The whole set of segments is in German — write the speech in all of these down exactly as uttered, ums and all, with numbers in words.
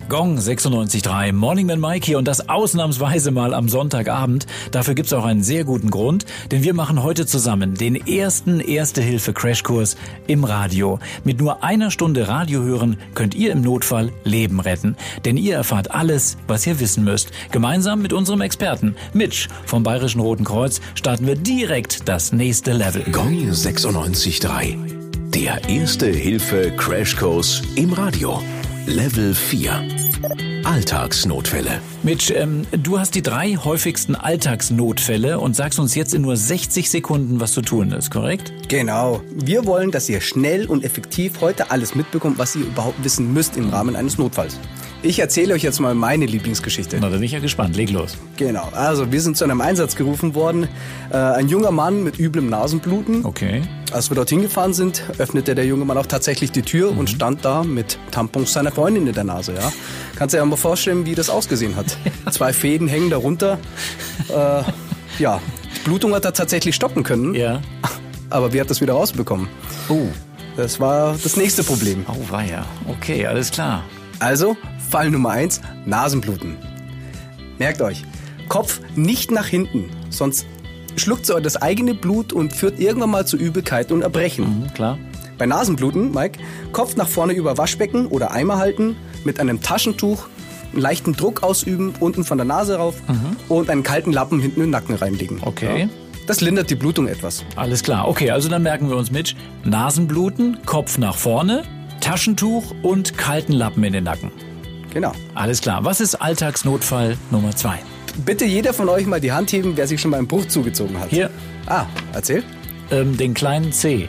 Gong sechsundneunzig Komma drei, Morning Man Mike hier und das ausnahmsweise mal am Sonntagabend. Dafür gibt's auch einen sehr guten Grund, denn wir machen heute zusammen den ersten Erste-Hilfe-Crashkurs im Radio. Mit nur einer Stunde Radio hören könnt ihr im Notfall Leben retten. Denn ihr erfahrt alles, was ihr wissen müsst. Gemeinsam mit unserem Experten Mitch vom Bayerischen Roten Kreuz starten wir direkt das nächste Level. Gong sechsundneunzig Komma drei, der Erste-Hilfe-Crashkurs im Radio. Level vier. Alltagsnotfälle. Mitch, ähm, du hast die drei häufigsten Alltagsnotfälle und sagst uns jetzt in nur sechzig Sekunden, was zu tun ist, korrekt? Genau. Wir wollen, dass ihr schnell und effektiv heute alles mitbekommt, was ihr überhaupt wissen müsst im Rahmen eines Notfalls. Ich erzähle euch jetzt mal meine Lieblingsgeschichte. Na, da bin ich ja gespannt. Leg los. Genau. Also, wir sind zu einem Einsatz gerufen worden. Äh, ein junger Mann mit üblem Nasenbluten. Okay. Als wir dorthin gefahren sind, öffnete der junge Mann auch tatsächlich die Tür mhm. und stand da mit Tampons seiner Freundin in der Nase. Ja? Kannst du dir mal vorstellen, wie das ausgesehen hat. Zwei Fäden hängen darunter. Äh, ja, die Blutung hat er tatsächlich stoppen können. Ja. Aber wie hat das wieder rausbekommen? Oh. Das war das nächste Problem. Oh, weia. Okay, alles klar. Also, Fall Nummer eins, Nasenbluten. Merkt euch, Kopf nicht nach hinten, sonst schluckt so das eigene Blut und führt irgendwann mal zu Übelkeit und Erbrechen. Mhm, klar. Bei Nasenbluten, Mike, Kopf nach vorne über Waschbecken oder Eimer halten, mit einem Taschentuch einen leichten Druck ausüben, unten von der Nase rauf mhm. und einen kalten Lappen hinten in den Nacken reinlegen. Okay. Ja. Das lindert die Blutung etwas. Alles klar. Okay, also dann merken wir uns, Mitch, Nasenbluten, Kopf nach vorne, Taschentuch und kalten Lappen in den Nacken. Genau. Alles klar. Was ist Alltagsnotfall Nummer zwei? Bitte jeder von euch mal die Hand heben, wer sich schon mal einen Bruch zugezogen hat. Hier. Ah, erzähl. Ähm, den kleinen C.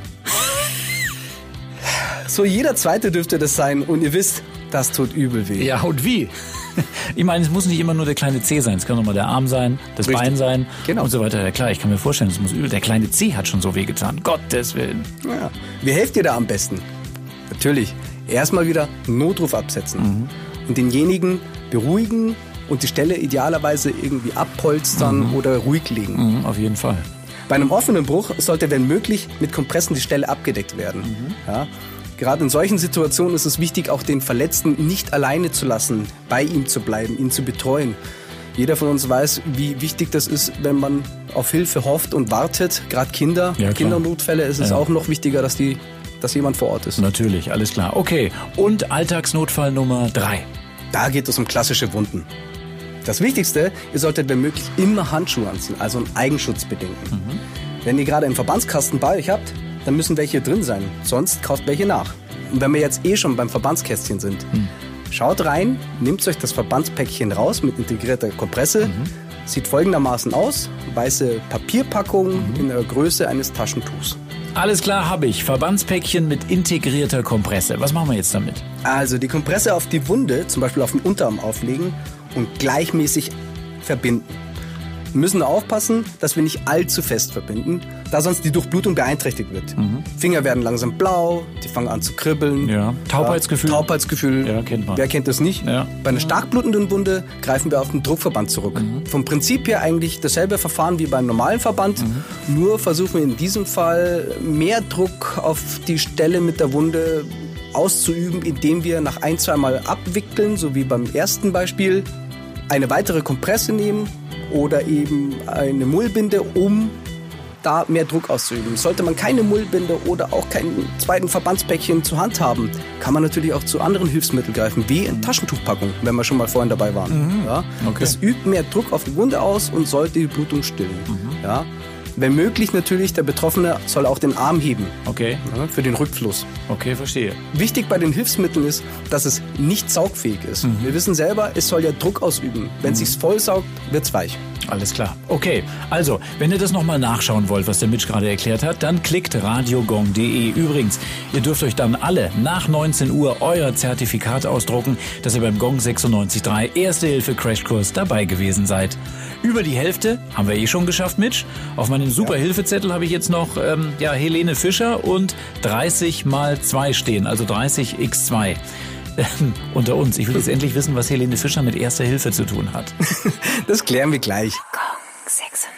So jeder Zweite dürfte das sein und ihr wisst, das tut übel weh. Ja, und wie? Ich meine, es muss nicht immer nur der kleine C sein. Es kann auch mal der Arm sein, das Richtig. Bein sein Genau. und so weiter. Ja klar, ich kann mir vorstellen, es muss übel. Der kleine C hat schon so weh getan. Gottes Willen. Ja. Wie helft ihr da am besten? Natürlich, erstmal wieder Notruf absetzen mhm. und denjenigen beruhigen und die Stelle idealerweise irgendwie abpolstern mhm. oder ruhig legen. Mhm, auf jeden Fall. Bei einem offenen Bruch sollte, wenn möglich, mit Kompressen die Stelle abgedeckt werden. Mhm. Ja. Gerade in solchen Situationen ist es wichtig, auch den Verletzten nicht alleine zu lassen, bei ihm zu bleiben, ihn zu betreuen. Jeder von uns weiß, wie wichtig das ist, wenn man auf Hilfe hofft und wartet. Gerade Kinder, ja, Kindernotfälle ist es ja. auch noch wichtiger, dass, die, dass jemand vor Ort ist. Natürlich, alles klar. Okay, und Alltagsnotfall Nummer drei. Da geht es um klassische Wunden. Das Wichtigste, ihr solltet wenn möglich immer Handschuhe anziehen, also einen Eigenschutz bedenken. Mhm. Wenn ihr gerade einen Verbandskasten bei euch habt, dann müssen welche drin sein, sonst kauft welche nach. Und wenn wir jetzt eh schon beim Verbandskästchen sind, mhm. schaut rein, nehmt euch das Verbandspäckchen raus mit integrierter Kompresse. Mhm. Sieht folgendermaßen aus, weiße Papierpackung mhm. in der Größe eines Taschentuchs. Alles klar, habe ich. Verbandspäckchen mit integrierter Kompresse. Was machen wir jetzt damit? Also die Kompresse auf die Wunde, zum Beispiel auf den Unterarm auflegen und gleichmäßig verbinden. Wir müssen aufpassen, dass wir nicht allzu fest verbinden, da sonst die Durchblutung beeinträchtigt wird. Mhm. Finger werden langsam blau, die fangen an zu kribbeln. Ja. Taubheitsgefühl. Ja, Taubheitsgefühl. Ja, kennt man. Wer kennt das nicht? Ja. Bei einer stark blutenden Wunde greifen wir auf den Druckverband zurück. Mhm. Vom Prinzip her eigentlich dasselbe Verfahren wie beim normalen Verband, mhm. nur versuchen wir in diesem Fall mehr Druck auf die Stelle mit der Wunde auszuüben, indem wir nach ein, zwei Mal abwickeln, so wie beim ersten Beispiel, eine weitere Kompresse nehmen oder eben eine Mullbinde, um da mehr Druck auszuüben. Sollte man keine Mullbinde oder auch keinen zweiten Verbandspäckchen zur Hand haben, kann man natürlich auch zu anderen Hilfsmitteln greifen, wie eine Taschentuchpackung, wenn wir schon mal vorhin dabei waren. Mhm. Ja? Okay. Das übt mehr Druck auf die Wunde aus und sollte die Blutung stillen. Mhm. Ja? Wenn möglich natürlich, der Betroffene soll auch den Arm heben. Okay. Ja, für den Rückfluss. Okay, verstehe. Wichtig bei den Hilfsmitteln ist, dass es nicht saugfähig ist. Mhm. Wir wissen selber, es soll ja Druck ausüben. Wenn es mhm. sich vollsaugt, wird's weich. Alles klar. Okay, also, wenn ihr das nochmal nachschauen wollt, was der Mitch gerade erklärt hat, dann klickt radiogong punkt de. Übrigens, ihr dürft euch dann alle nach neunzehn Uhr euer Zertifikat ausdrucken, dass ihr beim Gong sechsundneunzig Komma drei Erste-Hilfe-Crashkurs dabei gewesen seid. Über die Hälfte haben wir eh schon geschafft, Mitch. Auf meinem Super-Hilfezettel habe ich jetzt noch ähm, ja, Helene Fischer und dreißig mal zwei stehen, also dreißig mal zwei. Unter uns. Ich will jetzt endlich wissen, was Helene Fischer mit Erster Hilfe zu tun hat. Das klären wir gleich. Gong sechsundneunzig.